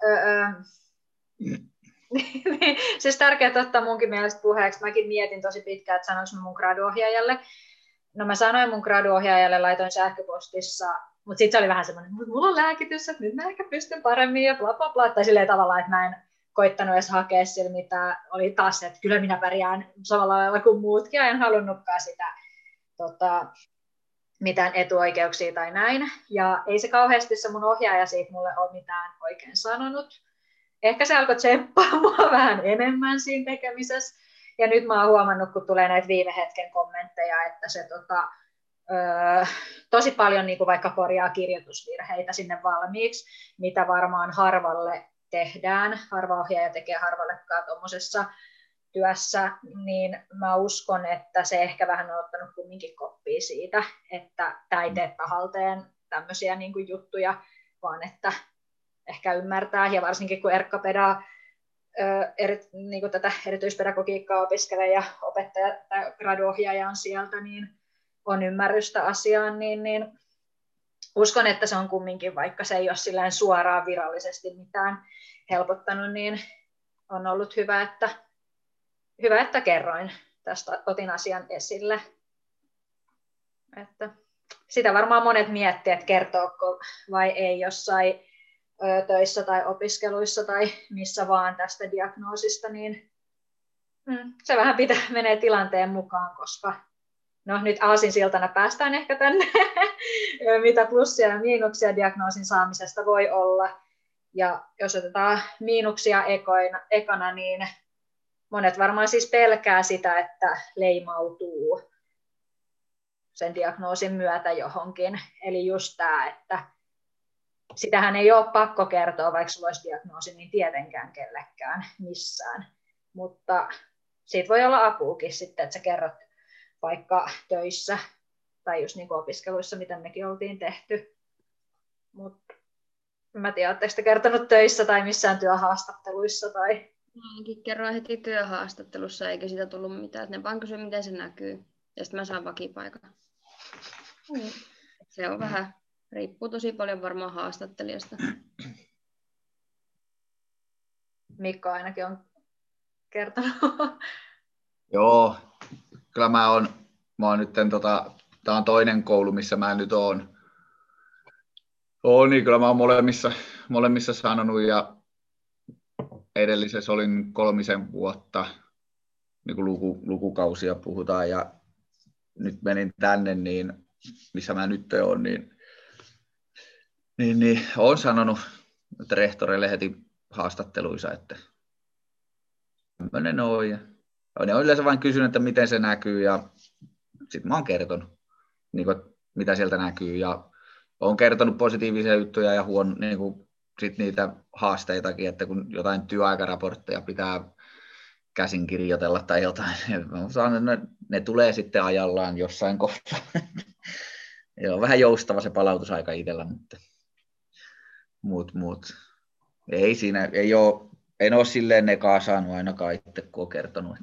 Niin, siis tärkeää ottaa munkin mielestä puheeksi. Mäkin mietin tosi pitkään, että sanoinko mä mun graduohjaajalle. No mä sanoin mun graduohjaajalle, laitoin sähköpostissa, mutta sitten se oli vähän semmoinen, että mulla on lääkitys, että nyt mä ehkä pystyn paremmin ja bla bla bla. Tai silleen tavallaan, että mä en koittanut edes hakea sillä, mitä oli taas, että kyllä minä pärjään samalla lailla kuin muutkin, ja en halunnutkaan sitä tota, mitään etuoikeuksia tai näin. Ja ei se kauheasti se mun ohjaaja siitä mulle ole mitään oikein sanonut. Ehkä se alkoi tsemppaa mua vähän enemmän siinä tekemisessä. Ja nyt mä oon huomannut, kun tulee näitä viime hetken kommentteja, että se tota, öö, tosi paljon niin kuin vaikka korjaa kirjoitusvirheitä sinne valmiiksi, mitä varmaan harvalle tehdään. Harva ohjaaja tekee harvallekaan tuommoisessa työssä, niin mä uskon, että se ehkä vähän on ottanut kumminkin koppia siitä, että tämä ei tee tahalteen tämmöisiä niin kuin juttuja, vaan että ehkä ymmärtää, ja varsinkin kun Erkka Pedaa eri, niin kuin tätä erityispedagogiikkaa opiskelee ja opettaja tai graduohjaaja on sieltä, niin on ymmärrystä asiaan, niin, niin uskon, että se on kumminkin, vaikka se ei ole silleen suoraan virallisesti mitään helpottanut, niin on ollut hyvä, että, hyvä, että kerroin tästä, otin asian esille. Että sitä varmaan monet miettii, että kertooko vai ei jossain töissä tai opiskeluissa tai missä vaan tästä diagnoosista, niin Mm, se vähän pitää, menee tilanteen mukaan, koska no nyt aasinsiltana päästään ehkä tänne, mitä plussia ja miinuksia diagnoosin saamisesta voi olla. Ja jos otetaan miinuksia ekoina, ekana, niin monet varmaan siis pelkää sitä, että leimautuu sen diagnoosin myötä johonkin. Eli just tämä, että sitähän ei ole pakko kertoa, vaikka sulla olisi diagnoosi, niin tietenkään kellekään missään. Mutta siitä voi olla apuukin sitten, että sä kerrot vaikka töissä tai just niin kuin opiskeluissa, mitä mekin oltiin tehty. Mutta mä tiedän, oletteko te kertonut töissä tai missään työhaastatteluissa? Tai... Mäkin kerroin heti työhaastattelussa, eikä siitä tullut mitään. Ne vaan kysyivät, miten se näkyy. Ja sitten mä saan vakipaikan. Mm. Se on vähän, riippuu tosi paljon varmaan haastattelijasta. Mikko ainakin on kertonut. Joo, kyllä mä oon, mä oon nyt, tota, tää on toinen koulu, missä mä nyt oon. Oo, niin kyllä mä oon molemmissa, molemmissa sanonut ja edellisessä olin kolmisen vuotta, niin kuin luku, lukukausia puhutaan ja nyt menin tänne, niin missä mä nyt oon, niin, niin, niin oon sanonut että rehtoreille heti haastatteluissa, että tämmöinen on. Ja ne on yleensä vain kysynyt, että miten se näkyy ja sitten mä oon kertonut, niin kuin, mitä sieltä näkyy ja olen kertonut positiivisia juttuja ja huon, niin kuin, sit niitä haasteitakin, että kun jotain työaikaraportteja pitää käsin kirjoitella tai jotain, ne, ne tulee sitten ajallaan jossain kohtaa. On vähän joustava se palautusaika itsellä, mutta muut, muut. Ei siinä, ei ole, en ole silleen nekaa saanut ainakaan itse, kun olen kertonut.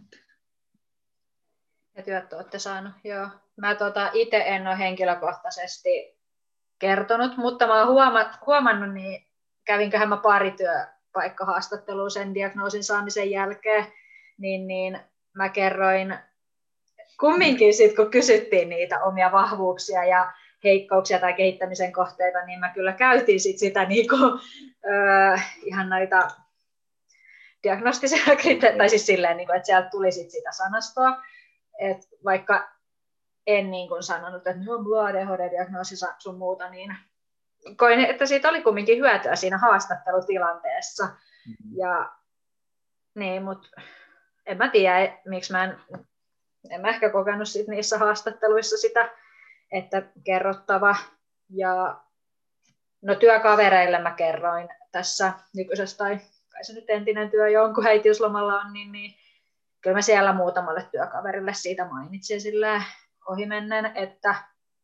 Ja työt olette saanut, joo. Mä tota, itse en ole henkilökohtaisesti kertonut, mutta mä oon huomat, huomannut, niin kävinköhän mä pari työpaikkahaastattelua sen diagnoosin saamisen jälkeen, niin, niin mä kerroin kumminkin sit, kun kysyttiin niitä omia vahvuuksia ja heikkouksia tai kehittämisen kohteita, niin mä kyllä käytin sit sitä niinku, öö, ihan näitä diagnostisia kriteereitä, tai siis silleen, niinku, että sieltä tuli sit sitä sanastoa, että vaikka en niin kuin sanonut, että no, mulla on A D H D-diagnoosi sun muuta, niin koin, että siitä oli kumminkin hyötyä siinä haastattelutilanteessa. Mm-hmm. Ja, niin, mutta en mä tiedä, miksi mä en, en mä ehkä kokenut sit niissä haastatteluissa sitä, että kerrottava. Ja no työkavereille mä kerroin tässä nykyisessä, tai kai se nyt entinen työ jonkun äitiyslomalla on, niin, niin kyllä mä siellä muutamalle työkaverille siitä mainitsin silleen ohimennen, että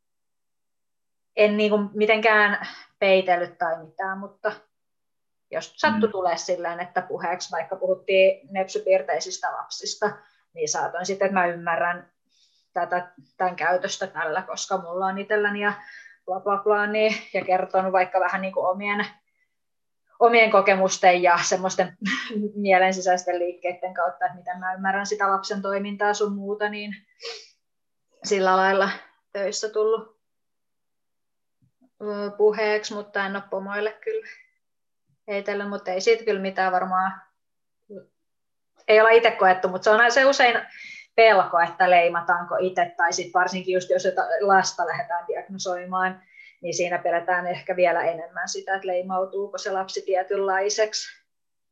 en niinku mitenkään peitellyt tai mitään, mutta jos sattui mm. tulee silleen, että puheeksi vaikka puhuttiin nepsypiirteisistä lapsista, niin saatoin sitten, että mä ymmärrän tätä, tämän käytöstä tällä, koska mulla on itselläni ja bla bla bla, niin, ja kertonut vaikka vähän niin kuin omien, omien kokemusten ja semmoisten mielensisäisten liikkeiden kautta, että miten mä ymmärrän sitä lapsen toimintaa sun muuta, niin sillä lailla töissä tullut puheeksi, mutta en ole pomoille kyllä heitellyt, mutta ei siitä kyllä mitään varmaan, ei olla itse koettu, mutta se on se usein pelko, että leimataanko itse, tai sitten varsinkin just jos lasta lähdetään diagnosoimaan, niin siinä pelätään ehkä vielä enemmän sitä, että leimautuuko se lapsi tietynlaiseksi.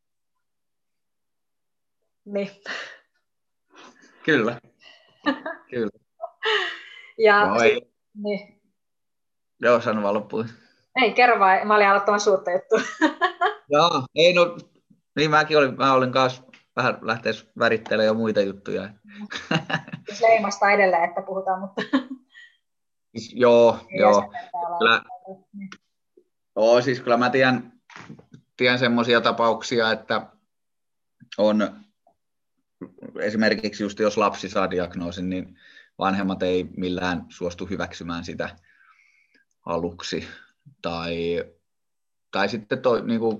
Niin. Kyllä. Kyllä. Ja Joo, sit, ei. Niin. Joo, sano vaan loppuun. Ei, kerro vaan. Mä olin aloittamassa uutta juttua. Joo, ei no, niin mäkin olin, mä olin kanssa vähän lähteessä värittelemään jo muita juttuja. Jos leimasta edelleen, että puhutaan, mutta... Joo, joo. Kyllä, joo, siis kyllä mä tiedän, tiedän semmoisia tapauksia, että on esimerkiksi just jos lapsi saa diagnoosin, niin vanhemmat ei millään suostu hyväksymään sitä aluksi. Tai, tai sitten toi, niin kuin,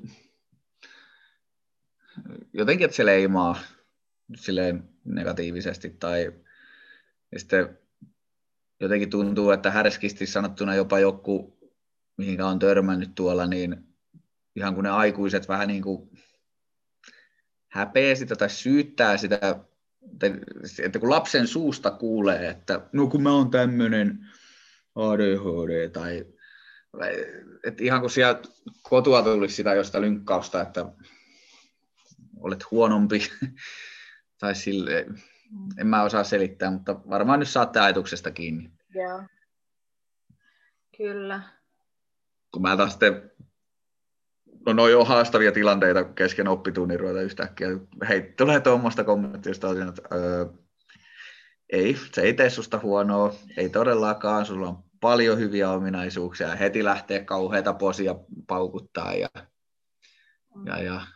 jotenkin, että se leimaa silleen negatiivisesti. Tai sitten jotenkin tuntuu, että härskisti sanottuna jopa joku, mihinkä on törmännyt tuolla, niin ihan kun ne aikuiset vähän niin kuin häpeä sitä tai syyttää sitä että kun lapsen suusta kuulee, että no kun mä oon tämmöinen A D H D, tai että ihan kun siellä kotua tulisi sitä jostain lynkkausta, että olet huonompi, tai sille, en mä osaa selittää, mutta varmaan nyt saatte ajatuksesta kiinni. Joo, kyllä. Kun mä taas sitten, no noi on haastavia tilanteita kesken oppitunnin ruveta yhtäkkiä. Hei, tulee tuommoista kommenttia, josta olisin, että öö, ei, se ei tee susta huonoa, ei todellakaan, sulla on paljon hyviä ominaisuuksia, ja heti lähtee kauheita posia paukuttaa, ja, mm. ja, ja.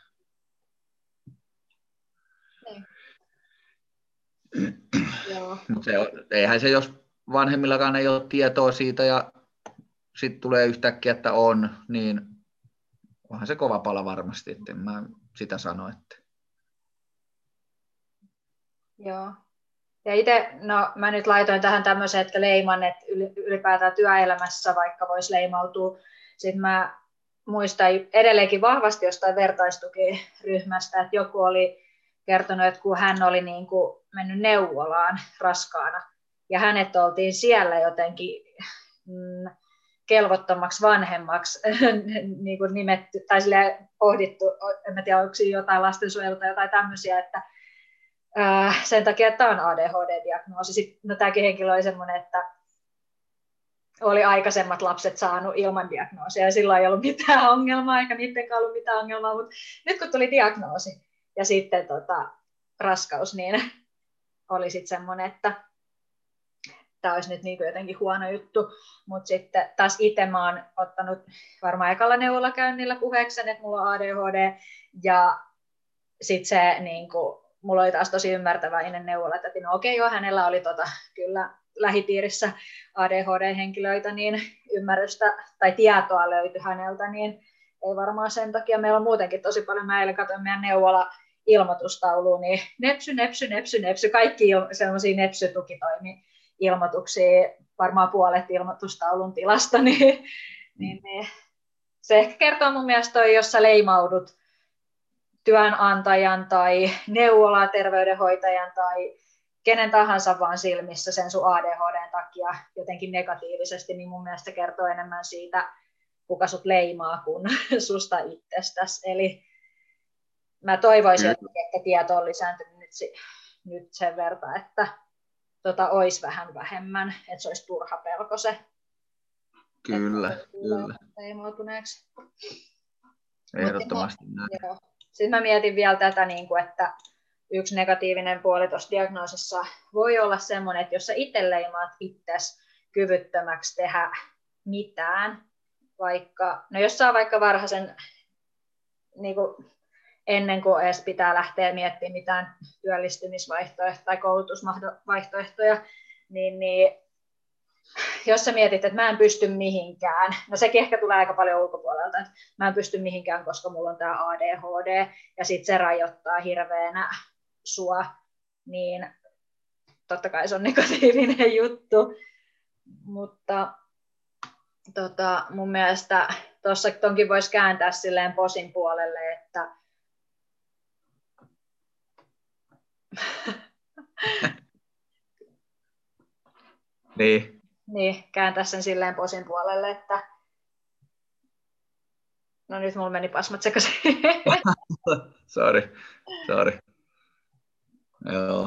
Mut se on, eihän se, jos vanhemmillakaan ei ole tietoa siitä, ja sitten tulee yhtäkkiä, että on, niin onhan se kova pala varmasti, että en mä sitä sano. Että. Joo. Ja itse, no mä nyt laitoin tähän tämmöisen, että leiman, että ylipäätään työelämässä vaikka voisi leimautua. Sitten mä muistan edelleenkin vahvasti jostain vertaistukiryhmästä, että joku oli kertonut, että kun hän oli niin kuin mennyt neuvolaan raskaana, ja hänet oltiin siellä jotenkin mm, kelvottomaksi vanhemmaksi niin kuin nimetty, tai silleen pohdittu, en tiedä, onko siinä jotain lastensuojelua tai jotain tämmöisiä, että ää, sen takia, että tämä on A D H D-diagnoosi. Sitten, no tämäkin henkilö oli semmoinen, että oli aikaisemmat lapset saanut ilman diagnoosia, ja silloin ei ollut mitään ongelmaa, eikä niittenkään ollut mitään ongelmaa, mutta nyt kun tuli diagnoosi ja sitten tota, raskaus, niin oli sitten semmoinen, että tämä olisi nyt niin kuin jotenkin huono juttu, mutta sitten taas itse mä oon ottanut varmaan ekalla neuvolakäynnillä puheeksi, että mulla on A D H D, ja sitten se, niin kuin, mulla oli taas tosi ymmärtäväinen neuvola, että no okei joo, hänellä oli tota, kyllä lähipiirissä A D H D-henkilöitä, niin ymmärrystä tai tietoa löytyi häneltä, niin ei varmaan sen takia, meillä on muutenkin tosi paljon, mä eilen katsoin meidän neuvola ilmoitustauluun, niin nepsy, nepsy, nepsy, nepsy, kaikki sellaisia nepsy-tukitoimia, ilmoituksia, varmaan puolet ilmoitustaulun tilasta, niin, niin, niin se ehkä kertoo mun mielestä toi, jos sä leimaudut työnantajan tai neuvola terveydenhoitajan tai kenen tahansa vaan silmissä sen sun A D H D:n takia jotenkin negatiivisesti, niin mun mielestä kertoo enemmän siitä, kuka sut leimaa kuin susta itsestäsi. Eli mä toivoisin, että ehkä tieto on lisääntynyt nyt, nyt sen verran, että tota olisi vähän vähemmän, että se olisi turha pelko se. Kyllä, kyllä. Leimautuneeksi. Ehdottomasti näin. Joo. Sitten mä mietin vielä tätä, että yksi negatiivinen puoli tuossa diagnoosissa voi olla semmoinen, että jos sä itse leimaat itsesi kyvyttömäksi tehdä mitään, vaikka, no jos saa vaikka varhaisen, niin kuin ennen kuin edes pitää lähteä miettimään mitään työllistymisvaihtoehtoja tai koulutusvaihtoehtoja, niin, niin jos sä mietit, että mä en pysty mihinkään, no sekin ehkä tulee aika paljon ulkopuolelta, että mä en pysty mihinkään, koska mulla on tää A D H D, ja sit se rajoittaa hirveänä sua, niin totta kai se on negatiivinen juttu, mutta tota, mun mielestä tuossa tonkin voisi kääntää silleen posin puolelle, että niin. Niin, kääntää sen silleen posin puolelle, että no nyt mulla meni pasmat sekaisin. Sori, sori. Joo.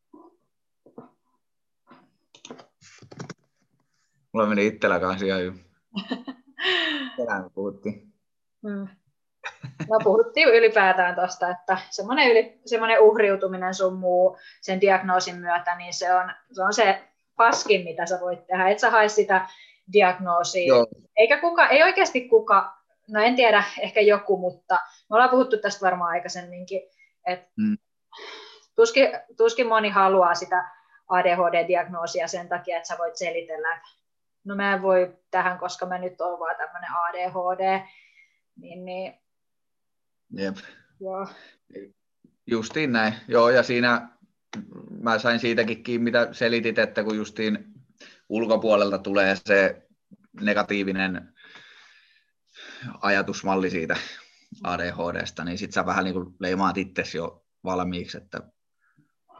Mulla meni itsellä kanssa ihan hyvin. Tänään puhuttiin. Mm. No puhuttiin ylipäätään tuosta, että semmoinen, yli, semmoinen uhriutuminen sun muu sen diagnoosin myötä, niin se on se, on se paskin, mitä sä voit tehdä. Et sä hae sitä diagnoosia. Joo. Eikä kuka, ei oikeasti kuka, no en tiedä, ehkä joku, mutta me ollaan puhuttu tästä varmaan aikaisemminkin, että mm. tuskin, tuskin moni haluaa sitä A D H D-diagnoosia sen takia, että sä voit selitellä, että no mä en voi tähän, koska mä nyt oon vaan tämmöinen A D H D. Niin, niin. Jep. Joo. Justiin näin. Joo, ja siinä mä sain siitäkin kiinni, mitä selitit, että kun justiin ulkopuolelta tulee se negatiivinen ajatusmalli siitä A D H D:stä, niin sit sä vähän niin kuin leimaat itsesi jo valmiiksi, että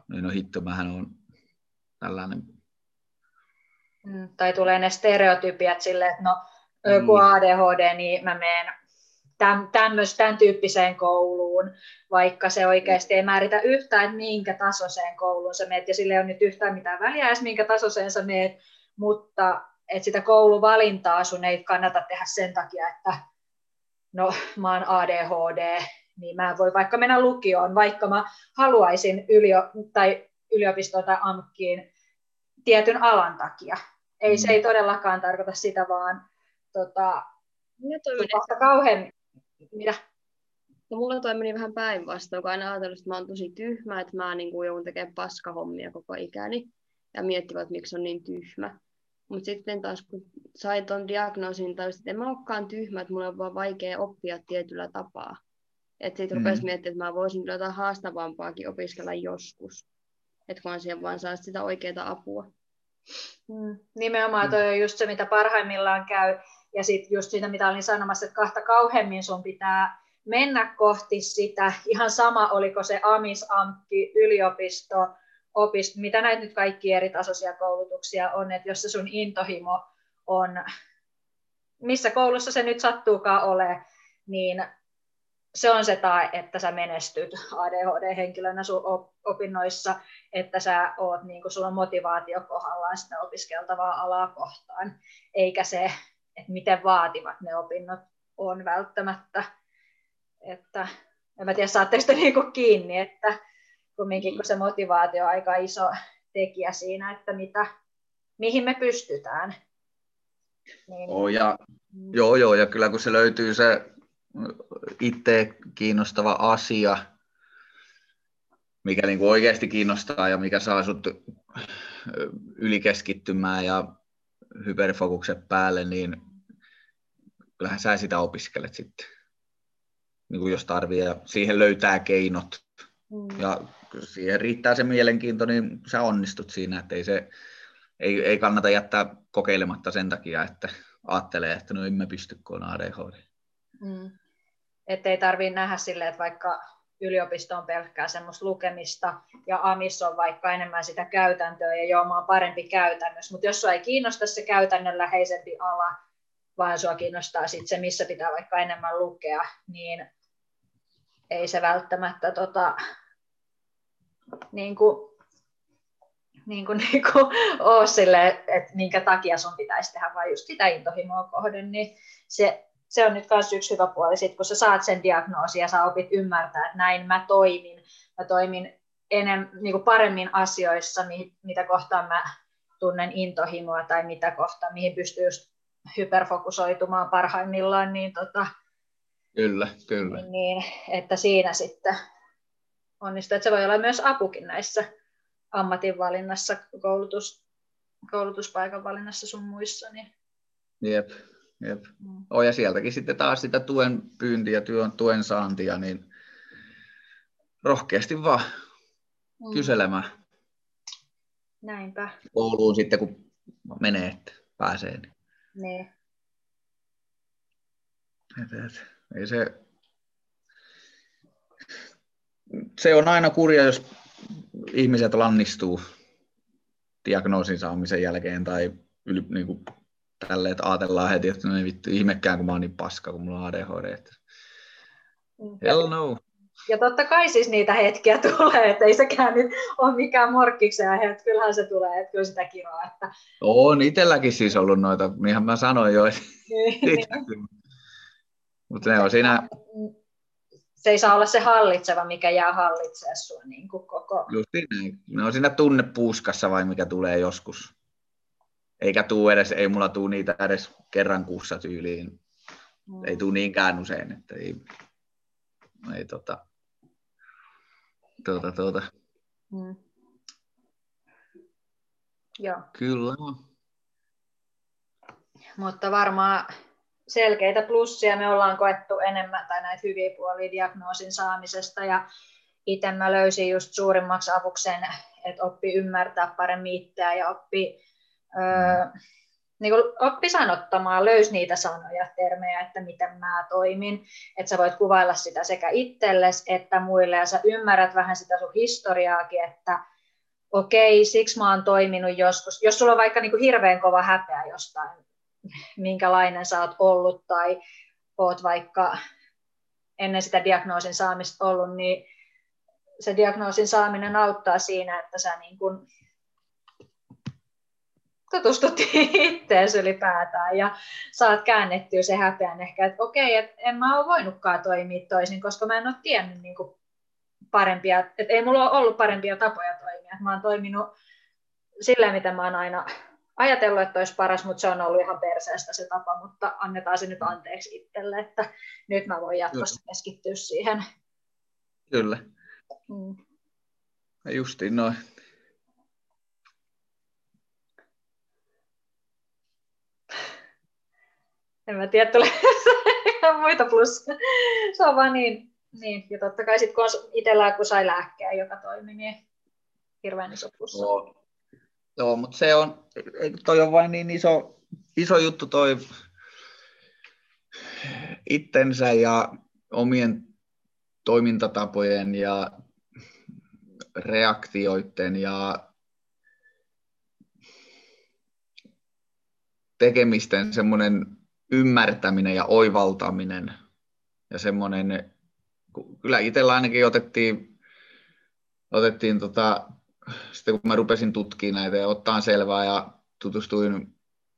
No, no hitto, mähän on tällainen. Mm, tai tulee ne stereotypiat silleen, että no Niin. kun A D H D, niin mä menen tämän, tämmöis, tämän tyyppiseen kouluun, vaikka se oikeasti ei määritä yhtään, että minkä tasoiseen kouluun sä meet, ja sille ei ole nyt yhtään mitään väliä edes, minkä tasoiseen sä meet, mutta että sitä kouluvalintaa sun ei kannata tehdä sen takia, että no mä oon A D H D, niin mä voin vaikka mennä lukioon, vaikka mä haluaisin ylio, tai yliopistoon tai amkkiin tietyn alan takia. Ei, mm. Se ei todellakaan tarkoita sitä, vaan tota, vasta kauhean. Mitä? No, mulla toi meni vähän päinvastoin, kun aina ajatellut, että mä oon tosi tyhmä, että mä niin kuin joudun tekemään paskahommia koko ikäni ja miettivät, miksi on niin tyhmä. Mutta sitten taas, kun sain ton diagnoosin, tai että en mä olekaan tyhmä, että mulla on vaan vaikea oppia tietyllä tapaa. Että sitten mm. rupesi miettimään, että mä voisin kyllä jotain haastavampaakin opiskella joskus. Että kun siihen vaan saa sitä oikeaa apua. Mm. Nimenomaan toi on just se, mitä parhaimmillaan käy. Ja sitten just siitä, mitä olin sanomassa, että kahta kauheammin sun pitää mennä kohti sitä. Ihan sama, oliko se amis, amkki, yliopisto, opisto, mitä näitä nyt kaikki eri tasoisia koulutuksia on, että jos se sun intohimo on, missä koulussa se nyt sattuukaan ole, niin se on se tae, että sä menestyt A D H D-henkilönä sun opinnoissa, että sä oot, niin kun sulla on motivaatio kohdallaan sitä opiskeltavaa alaa kohtaan, eikä se, että miten vaativat ne opinnot on välttämättä. Että, en mä tiedä, saatteko te niinku kiinni, että kumminkin kun se motivaatio on aika iso tekijä siinä, että mitä, mihin me pystytään. Niin, oh, ja, mm. Joo, joo, ja kyllä kun se löytyy se itse kiinnostava asia, mikä niinku oikeasti kiinnostaa ja mikä saa sut ylikeskittymään ja hyperfokuksen päälle, niin kyllähän sä sitä opiskelet sitten, niin kuin jos tarvii, ja siihen löytää keinot. Mm. Ja siihen riittää se mielenkiinto, niin sä onnistut siinä, että ei, se, ei, ei kannata jättää kokeilematta sen takia, että ajattelee, että no emme pysty, kun on A D H D. Mm. Että ei tarvitse nähdä silleen, että vaikka yliopisto on pelkkää semmoista lukemista ja amis on vaikka enemmän sitä käytäntöä ja joo, mä oon parempi käytännössä, mutta jos sua ei kiinnosta se käytännönläheisempi ala, vaan sua kiinnostaa sit se, missä pitää vaikka enemmän lukea, niin ei se välttämättä tota, niin kuin, niin kuin, niin kuin ole silleen, että minkä takia sun pitäisi tehdä, vaan just sitä intohimoa kohden, niin se, se on nyt myös yksi hyvä puoli, sit, kun sä saat sen diagnoosin ja sä opit ymmärtää, että näin mä toimin, mä toimin enem, niin kuin paremmin asioissa, mitä kohtaan mä tunnen intohimoa tai mitä kohtaan, mihin pystyy just hyperfokusoitumaan parhaimmillaan, niin, tota, kyllä, kyllä. Niin, niin, että siinä sitten onnistuu, että se voi olla myös apukin näissä ammatinvalinnassa, koulutus, koulutuspaikan valinnassa sun muissa. Niin. Jep, jep. Mm. Oh, ja sieltäkin sitten taas sitä tuen pyyntiä, työn, tuen saantia, niin rohkeasti vaan mm. kyselemään. Näinpä. Kouluun sitten, kun menee, että pääsee. Niin. Niin. Et, et, ei se... se on aina kurja, jos ihmiset lannistuu diagnoosin saamisen jälkeen tai yli, niin kuin tälleen, että ajatellaan heti, että no ei vittu ihmekään, kun mä oon niin paska, kun mulla on A D H D. Että... hell no. Ja totta kai siis niitä hetkiä tulee, että ei sekään nyt ole mikään morkkiksen aihe, että kyllähän se tulee, että kyllä sitä kiroa. Että... on itselläkin siis ollut noita, niinhän mä sanoin jo. Mutta ne on siinä... se ei saa olla se hallitseva, mikä jää hallitsemaan sinua niin kuin koko... Justiin näin. Ne on siinä tunnepuuskassa vai mikä tulee joskus. Eikä tuu edes, ei mulla tuu niitä edes kerran kuussa tyyliin. Mm. Ei tuu niinkään usein, että ei, ei tota... Tuota, tuota. Mm. Joo. Kyllä. Mutta varmaan selkeitä plussia me ollaan koettu enemmän, tai näitä hyviä puolia diagnoosin saamisesta, ja itse mä löysin just suurimmaksi avuksen, että oppi ymmärtää paremmin itseään ja oppi, mm. öö, niin kuin oppi sanottamaan, löysi niitä sanoja, termejä, että miten mä toimin, että sä voit kuvailla sitä sekä itsellesi että muille, ja sä ymmärrät vähän sitä sun historiaakin, että okei, siksi mä oon toiminut joskus. Jos sulla on vaikka niin kuin hirveän kova häpeä jostain, minkälainen sä oot ollut tai oot vaikka ennen sitä diagnoosin saamista ollut, niin se diagnoosin saaminen auttaa siinä, että sä niin kuin tutustut ittees ylipäätään ja saat käännettyä se häpeän ehkä, että okei, että en mä ole voinutkaan toimia toisin, koska mä en ole tiennyt niin kuin parempia, että ei mulla ole ollut parempia tapoja toimia. Mä oon toiminut silleen, mitä mä oon aina ajatellut, että olisi paras, mutta se on ollut ihan perseestä se tapa, mutta annetaan se nyt anteeksi itselle, että nyt mä voin jatkossa keskittyä siihen. Kyllä. Mm. Justiin noin. En mä tiedä, tulee muita plussia. Se on vaan niin, niin. Ja totta kai sitten kun itsellään kun sai lääkkeen, joka toimi, niin hirveän iso plussa. Joo, Joo mutta se on, toi on vain niin iso, iso juttu toi itsensä ja omien toimintatapojen ja reaktioiden ja tekemisten semmoinen ymmärtäminen ja oivaltaminen ja semmoinen, kyllä itsellä ainakin otettiin, otettiin tota, sitten kun mä rupesin tutkimaan näitä ja ottaa selvää ja tutustuin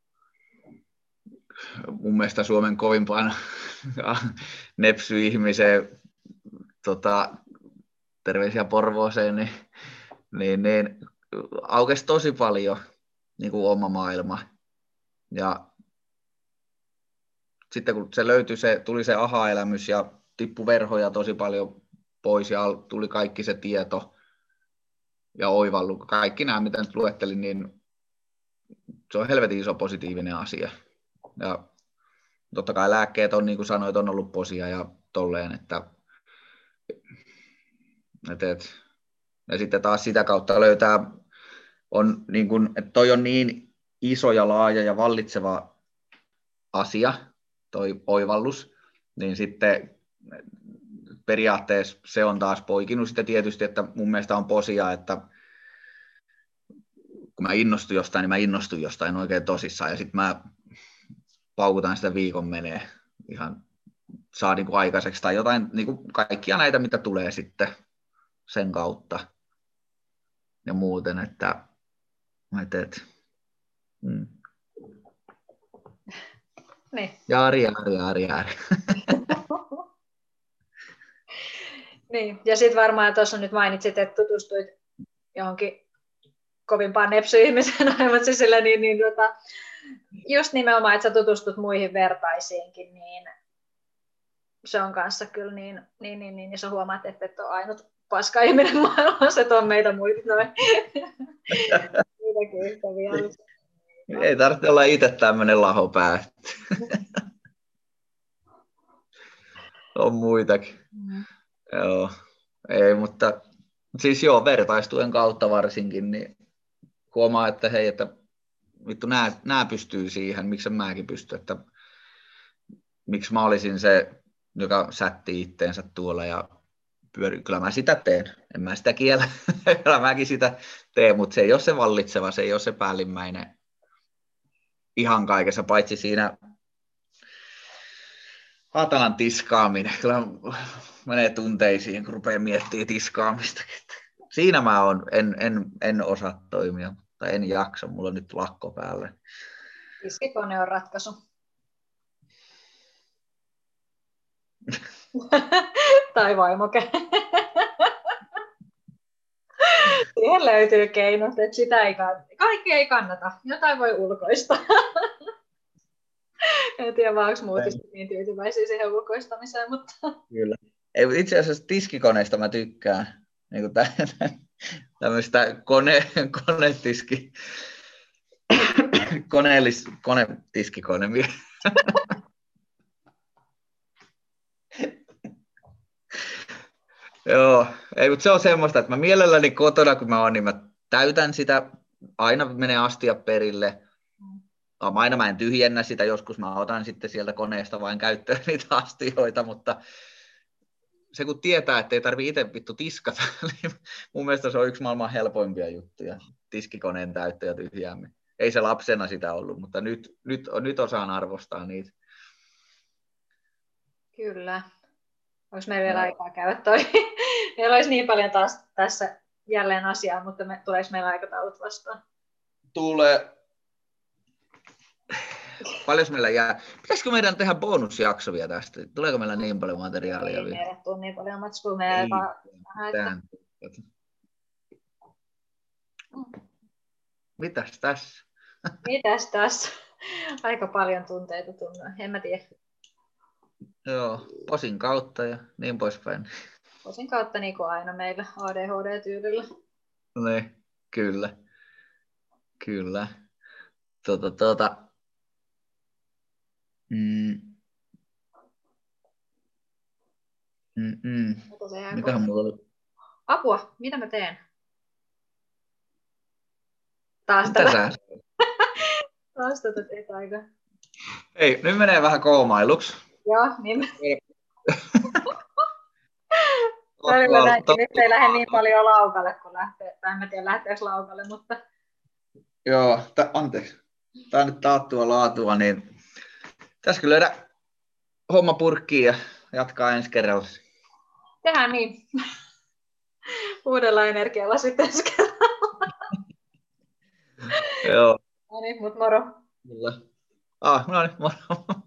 mun mielestä Suomen kovimpaan nepsy-ihmiseen, tota, terveisiä Porvooseen, niin, niin, niin aukesi tosi paljon niin kuin oma maailma. Ja sitten kun se löytyi, se, tuli se aha-elämys ja tippui verhoja tosi paljon pois ja tuli kaikki se tieto ja oivallu. Kaikki nämä, mitä nyt luettelin, niin se on helvetin iso positiivinen asia. Ja totta kai lääkkeet on, niin kuin sanoit, on ollut posia ja tolleen, että, että, että ja sitten taas sitä kautta löytää, on niin kuin, että toi on niin iso ja laaja ja vallitseva asia, toi oivallus, niin sitten periaatteessa se on taas poikinut sitten tietysti, että mun mielestä on posia, että kun mä innostun jostain, niin mä innostun jostain oikein tosissaan ja sitten mä paukutaan sitä viikon menee ihan saa niin kuin aikaiseksi tai jotain, niin kuin kaikkia näitä, mitä tulee sitten sen kautta ja muuten, että, että, että mm. Niin. Jaari, jaari, jaari, jaari. Niin, ja sitten varmaan tuossa nyt mainitsit, että tutustuit johonkin kovimpaan nepsy-ihmiseen aivan sisillä, niin, niin tota, just nimenomaan, että sä tutustut muihin vertaisiinkin, niin se on kanssa kyllä niin, niin, niin, niin ja sä huomaat, että et ole ainut paska ihminen maailmassa, että on meitä muita noin. Niitäkin yhtä viallisia. Ei tarvitse olla itse tämmöinen lahopää. On muitakin. Mm. Joo. Ei, mutta siis joo, vertaistuen kautta varsinkin, niin huomaa, että hei, että vittu, nää, nää pystyy siihen, miksi mäkin pysty, että miksi mä olisin se, joka sätti itteensä tuolla ja pyöri. Kyllä mä sitä teen, en mä sitä kiellä, kyllä mäkin sitä teen, mutta se ei ole se vallitseva, se ei ole se päällimmäinen ihan kaikessa, paitsi siinä hatalan tiskaaminen, kyllä menee tunteisiin, kun rupeaa miettimään tiskaamistakin. Siinä mä on, en, en, en osaa toimia, mutta en jaksa, mulla on nyt lakko päällä. Tiskikone on ratkaisu. Tai vaimoke. Siihen löytyy keinot, että sitä ei kannata. Kaikki ei kannata, jotain voi ulkoista. En tiedä, vaan onko muut niin tyytyväisiä siihen ulkoistamiseen, mutta... Kyllä. Ei, itse asiassa tiskikoneista mä tykkään. Niin kuin tämmöistä kone, konetiski... Koneellis, konetiskikone. Joo, ei, mutta se on semmoista, että mä mielelläni kotona, kun mä oon, niin mä täytän sitä, aina menee astia perille. Aina mä en tyhjennä sitä, joskus mä otan sitten sieltä koneesta vain käyttöön niitä astioita, mutta se kun tietää, että ei tarvitse itse vittu tiskata, niin mun mielestä se on yksi maailman helpoimpia juttuja, tiskikoneen täyttö ja tyhjääminen. Ei se lapsena sitä ollut, mutta nyt, nyt, nyt osaan arvostaa niitä. Kyllä. Onko meillä vielä aikaa käydä toi? Meillä olisi niin paljon taas tässä jälleen asiaa, mutta me, tuleeko meillä aikataulut vastaan? Tulee. Paljon meillä jää? Pitäisikö meidän tehdä bonusjakso vielä tästä? Tuleeko meillä niin paljon materiaalia ei vielä? Ei meillä tule niin paljon matskua. Meillä vaan... Mitäs tässä? Mitäs tässä? Aika paljon tunteita tuntuu. En mä tiedä. Joo, Posin kautta ja niin poispäin. Posin kautta niin kuin aina meillä A D H D-tyylillä. Niin, kyllä. Kyllä. Tuota, tuota. Mm. Mm-mm. Mitähän mulla oli? Apua, mitä mä teen? Taas Mitä tätä. sä? Taas tätä teet aika. Hei, nyt menee vähän koomailuksi. Joo, niin. Välillä näinkin, nyt ei lähde niin paljon laukalle, kun lähtee. Tai en mä tiedä, lähteekö laukalle, mutta... Joo, t- anteeksi. Tämä on nyt taattua laatua, niin pitäisikö löydä homma purkkiin ja jatkaa ensi kerralla? Tehdään niin. Uudella energialla sitten ensi kerralla. Joo. No niin, mut moro. Kyllä. Ah, no niin, moro.